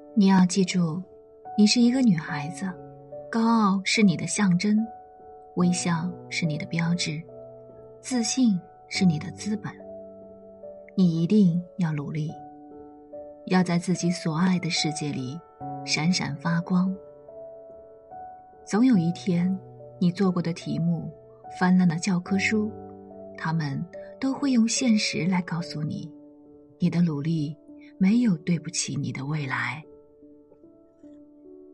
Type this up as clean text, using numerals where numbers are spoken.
你要记住，你是一个女孩子，高傲是你的象征，微笑是你的标志，自信是你的资本。你一定要努力，要在自己所爱的世界里闪闪发光。总有一天，你做过的题目，翻烂了教科书，他们都会用现实来告诉你，你的努力没有对不起你的未来。